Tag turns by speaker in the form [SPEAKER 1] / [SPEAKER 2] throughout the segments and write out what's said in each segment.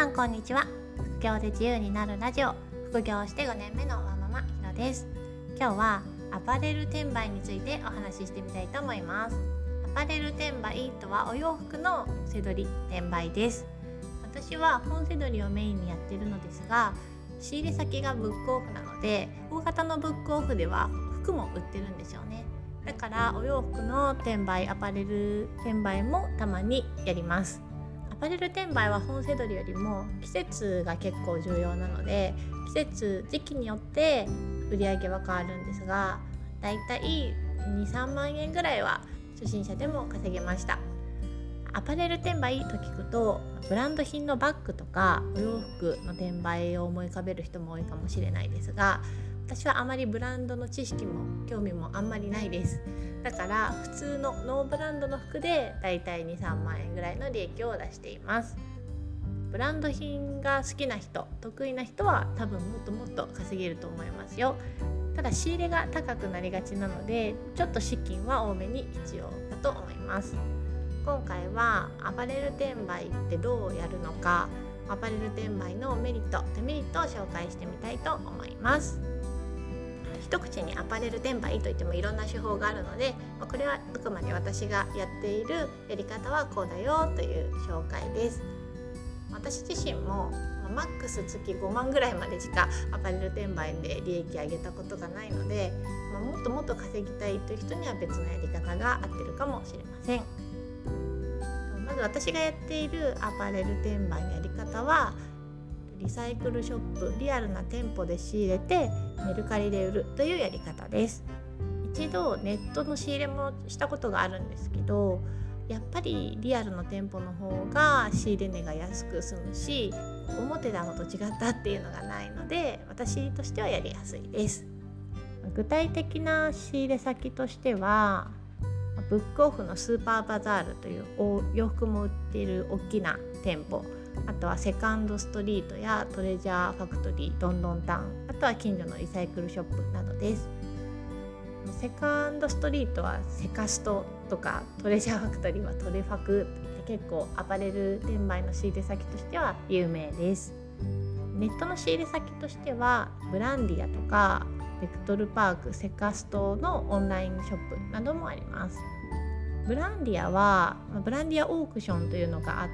[SPEAKER 1] さんこんにちは。副業で自由になるラジオ、副業して5年目のワママひろです。今日はアパレル転売についてお話ししてみたいと思います。アパレル転売とはお洋服のせどり転売です。私は本せどりをメインにやっているのですが、仕入れ先がブックオフなので、大型のブックオフでは服も売ってるんですよね。だからお洋服の転売、アパレル転売もたまにやります。アパレル転売は本せどりよりも季節が結構重要なので、時期によって売り上げは変わるんですが、だいたい 2,3 万円ぐらいは初心者でも稼げました。アパレル転売と聞くと、ブランド品のバッグとかお洋服の転売を思い浮かべる人も多いかもしれないですが、私はあまりブランドの知識も興味もあんまりないです。だから普通のノーブランドの服でだいたい 2,3 万円ぐらいの利益を出しています。ブランド品が好きな人、得意な人は多分もっともっと稼げると思いますよ。ただ仕入れが高くなりがちなので、ちょっと資金は多めに必要だと思います。今回はアパレル転売ってどうやるのか、アパレル転売のメリット、デメリットを紹介してみたいと思います。一口にアパレル転売といってもいろんな手法があるので、これはあくまで私がやっているやり方はこうだよという紹介です。私自身もマックス月5万ぐらいまでしかアパレル転売で利益上げたことがないので、もっともっと稼ぎたいという人には別のやり方が合ってるかもしれません。まず私がやっているアパレル転売のやり方は、リサイクルショップ、リアルな店舗で仕入れてメルカリで売るというやり方です。一度ネットの仕入れもしたことがあるんですけど、やっぱりリアルの店舗の方が仕入れ値が安く済むし、思ってたのと違ったっていうのがないので、私としてはやりやすいです。具体的な仕入れ先としては、ブックオフのスーパーバザールというお洋服も売っている大きな店舗、あとはセカンドストリートやトレジャーファクトリー、どんどんタウン、あとは近所のリサイクルショップなどです。セカンドストリートはセカストとか、トレジャーファクトリーはトレファクといって結構アパレル転売の仕入れ先としては有名です。ネットの仕入れ先としてはブランディアとかベクトルパーク、セカストのオンラインショップなどもあります。ブランディアはブランディアオークションというのがあって、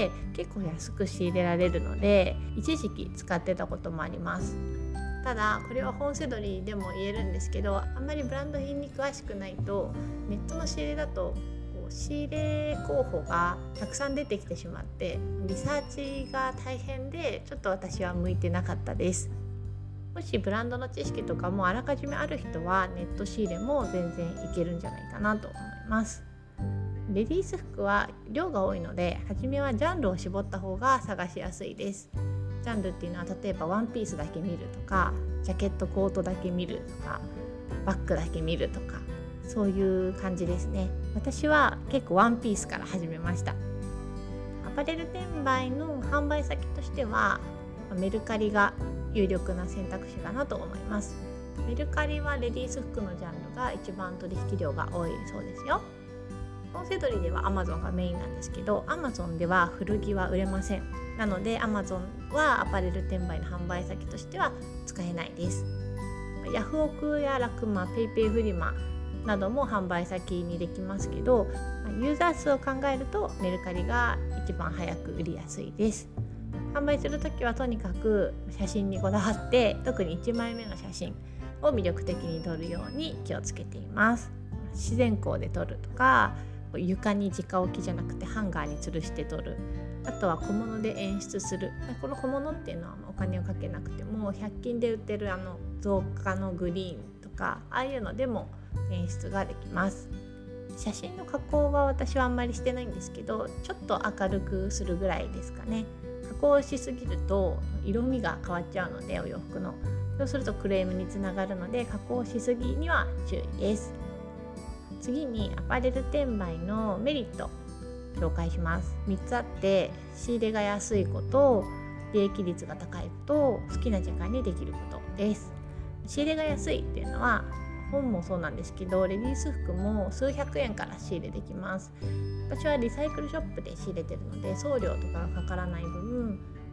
[SPEAKER 1] 結構安く仕入れられるので一時期使ってたこともあります。ただこれは本せどりでも言えるんですけど、あんまりブランド品に詳しくないと、ネットの仕入れだと仕入れ候補がたくさん出てきてしまって、リサーチが大変でちょっと私は向いてなかったです。もしブランドの知識とかもあらかじめある人は、ネット仕入れも全然いけるんじゃないかなと思います。レディース服は量が多いので、初めはジャンルを絞った方が探しやすいです。ジャンルっていうのは、例えばワンピースだけ見るとか、ジャケットコートだけ見るとか、バッグだけ見るとか、そういう感じですね。私は結構ワンピースから始めました。アパレル転売の販売先としてはメルカリが有力な選択肢かなと思います。メルカリはレディース服のジャンルが一番取引量が多いそうですよ。本せどりでは Amazon がメインなんですけど、 Amazon では古着は売れません。なので Amazon はアパレル転売の販売先としては使えないです。ヤフオクやラクマ、ペイペイフリマなども販売先にできますけど、ユーザー数を考えるとメルカリが一番早く売りやすいです。販売するときはとにかく写真にこだわって、特に1枚目の写真を魅力的に撮るように気をつけています。自然光で撮るとか、床に直置きじゃなくてハンガーに吊るして撮る、あとは小物で演出する。この小物っていうのはお金をかけなくても100均で売ってる造花のグリーンとか、ああいうのでも演出ができます。写真の加工は私はあんまりしてないんですけど、ちょっと明るくするぐらいですかね。加工しすぎると色味が変わっちゃうので、お洋服のそうするとクレームにつながるので、加工しすぎには注意です。次にアパレル転売のメリット紹介します。3つあって、仕入れが安いこと、利益率が高いこと、好きな時間にできることです。仕入れが安いっていうのは、本もそうなんですけど、レディース服も数百円から仕入れできます。私はリサイクルショップで仕入れてるので、送料とかがかからない分、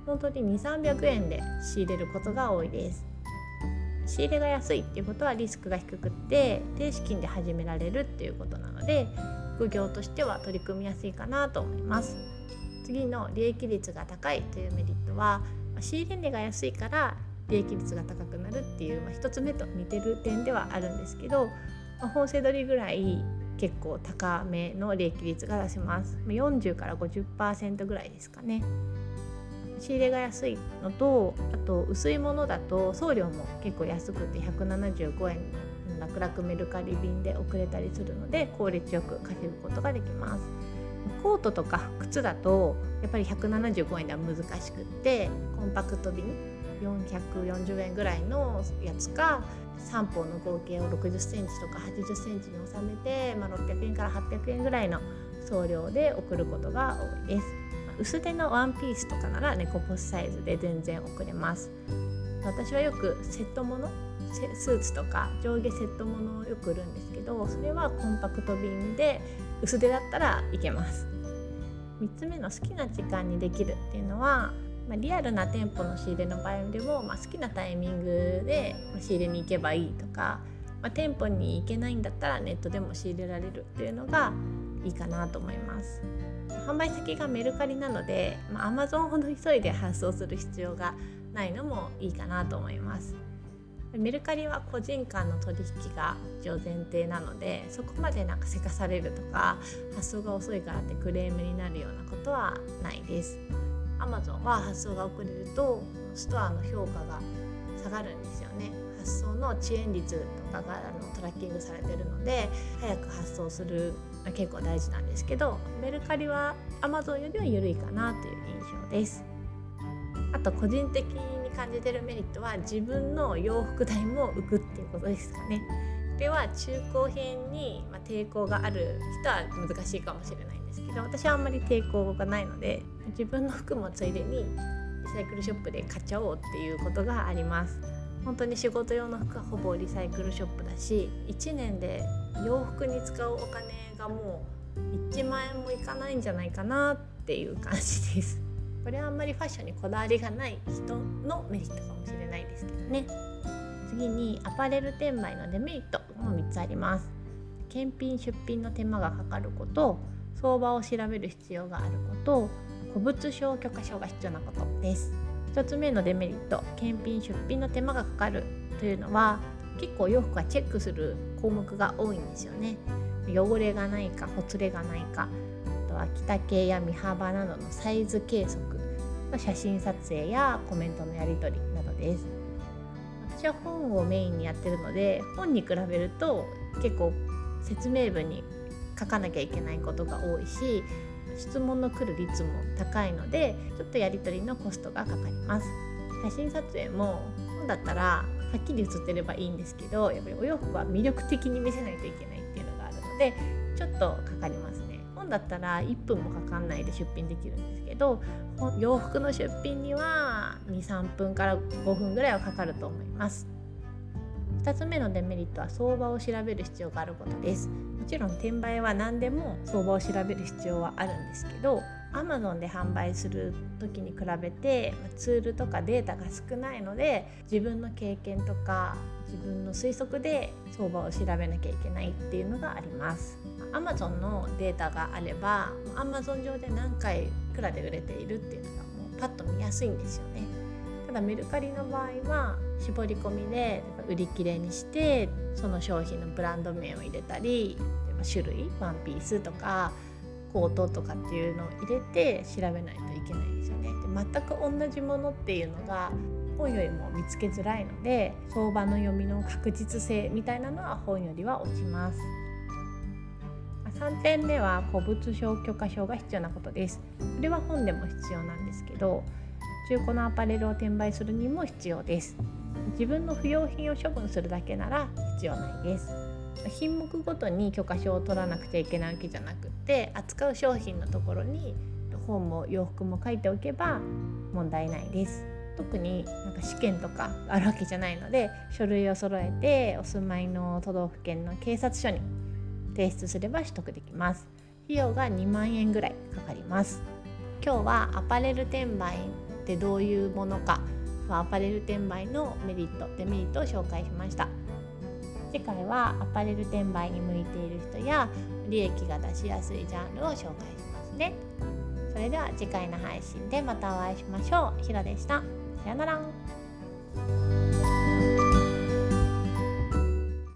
[SPEAKER 1] 本当に2、300円で仕入れることが多いです。仕入れが安いっていうことはリスクが低くって低資金で始められるっていうことなので、副業としては取り組みやすいかなと思います。次の利益率が高いというメリットは、仕入れ値が安いから利益率が高くなるっていう、1つ目と似てる点ではあるんですけど、本セドリぐらい結構高めの利益率が出せます。40から 50% ぐらいですかね。仕入れが安いのと、あと薄いものだと送料も結構安くて175円の楽々メルカリ便で送れたりするので、効率よく稼ぐことができます。コートとか靴だとやっぱり175円では難しくって、コンパクト便440円ぐらいのやつか、3方の合計を60センチとか80センチに収めて、600円から800円ぐらいの送料で送ることが多いです。薄手のワンピースとかなら猫ポスサイズで全然送れます。私はよくセットもの、スーツとか上下セットものをよく売るんですけど、それはコンパクト便で薄手だったらいけます。3つ目の好きな時間にできるっていうのは、リアルな店舗の仕入れの場合でも、好きなタイミングで仕入れに行けばいいとか、店舗に行けないんだったらネットでも仕入れられるっていうのがいいかなと思います。販売先がメルカリなので、Amazon ほど急いで発送する必要がないのもいいかなと思います。メルカリは個人間の取引が一応前提なので、そこまでせかされるとか発送が遅いからってクレームになるようなことはないです。Amazon は発送が遅れるとストアの評価が下がるんですよね。発送の遅延率とかがトラッキングされているので、早く発送する結構大事なんですけど、メルカリは Amazon よりは緩いかなという印象です。あと個人的に感じているメリットは、自分の洋服代も浮くっていうことですかね。これは中古品に抵抗がある人は難しいかもしれないんですけど、私はあんまり抵抗がないので、自分の服もついでにリサイクルショップで買っちゃおうっていうことがあります。本当に仕事用の服はほぼリサイクルショップだし、1年で洋服に使うお金がもう1万円もいかないんじゃないかなっていう感じです。これはあんまりファッションにこだわりがない人のメリットかもしれないですけどね。次にアパレル転売のデメリットも3つあります。検品出品の手間がかかること、相場を調べる必要があること、古物商許可証が必要なことです。1つ目のデメリット、検品出品の手間がかかるというのは、結構洋服はチェックする項目が多いんですよね。汚れがないか、ほつれがないか、あとは着丈や身幅などのサイズ計測の写真撮影やコメントのやり取りなどです。私は本をメインにやってるので、本に比べると結構説明文に書かなきゃいけないことが多いし、質問の来る率も高いので、ちょっとやり取りのコストがかかります。写真撮影も本だったらはっきり写ってればいいんですけど、やっぱりお洋服は魅力的に見せないといけないっていうのがあるので、ちょっとかかりますね。本だったら1分もかかんないで出品できるんですけど、洋服の出品には 2,3 分から5分ぐらいはかかると思います。2つ目のデメリットは相場を調べる必要があることです。もちろん転売は何でも相場を調べる必要はあるんですけど、 Amazon で販売する時に比べてツールとかデータが少ないので、自分の経験とか自分の推測で相場を調べなきゃいけないっていうのがあります。 Amazon のデータがあれば Amazon 上で何回いくらで売れているっていうのがもうパッと見やすいんですよね。ただメルカリの場合は絞り込みで売り切れにして、その商品のブランド名を入れたり、種類ワンピースとかコートとかっていうのを入れて調べないといけないんですよね。で、全く同じものっていうのが本よりも見つけづらいので、相場の読みの確実性みたいなのは本よりは落ちます。3点目は古物商許可証が必要なことです。これは本でも必要なんですけど、中古のアパレルを転売するにも必要です。自分の不要品を処分するだけなら必要ないです。品目ごとに許可証を取らなくちゃいけないわけじゃなくて、扱う商品のところに本も洋服も書いておけば問題ないです。特に試験とかあるわけじゃないので、書類を揃えてお住まいの都道府県の警察署に提出すれば取得できます。費用が2万円ぐらいかかります。今日はアパレル転売ってどういうものか、アパレル転売のメリットデメリットを紹介しました。次回はアパレル転売に向いている人や利益が出しやすいジャンルを紹介しますね。それでは次回の配信でまたお会いしましょう。ひろでした。さよなら。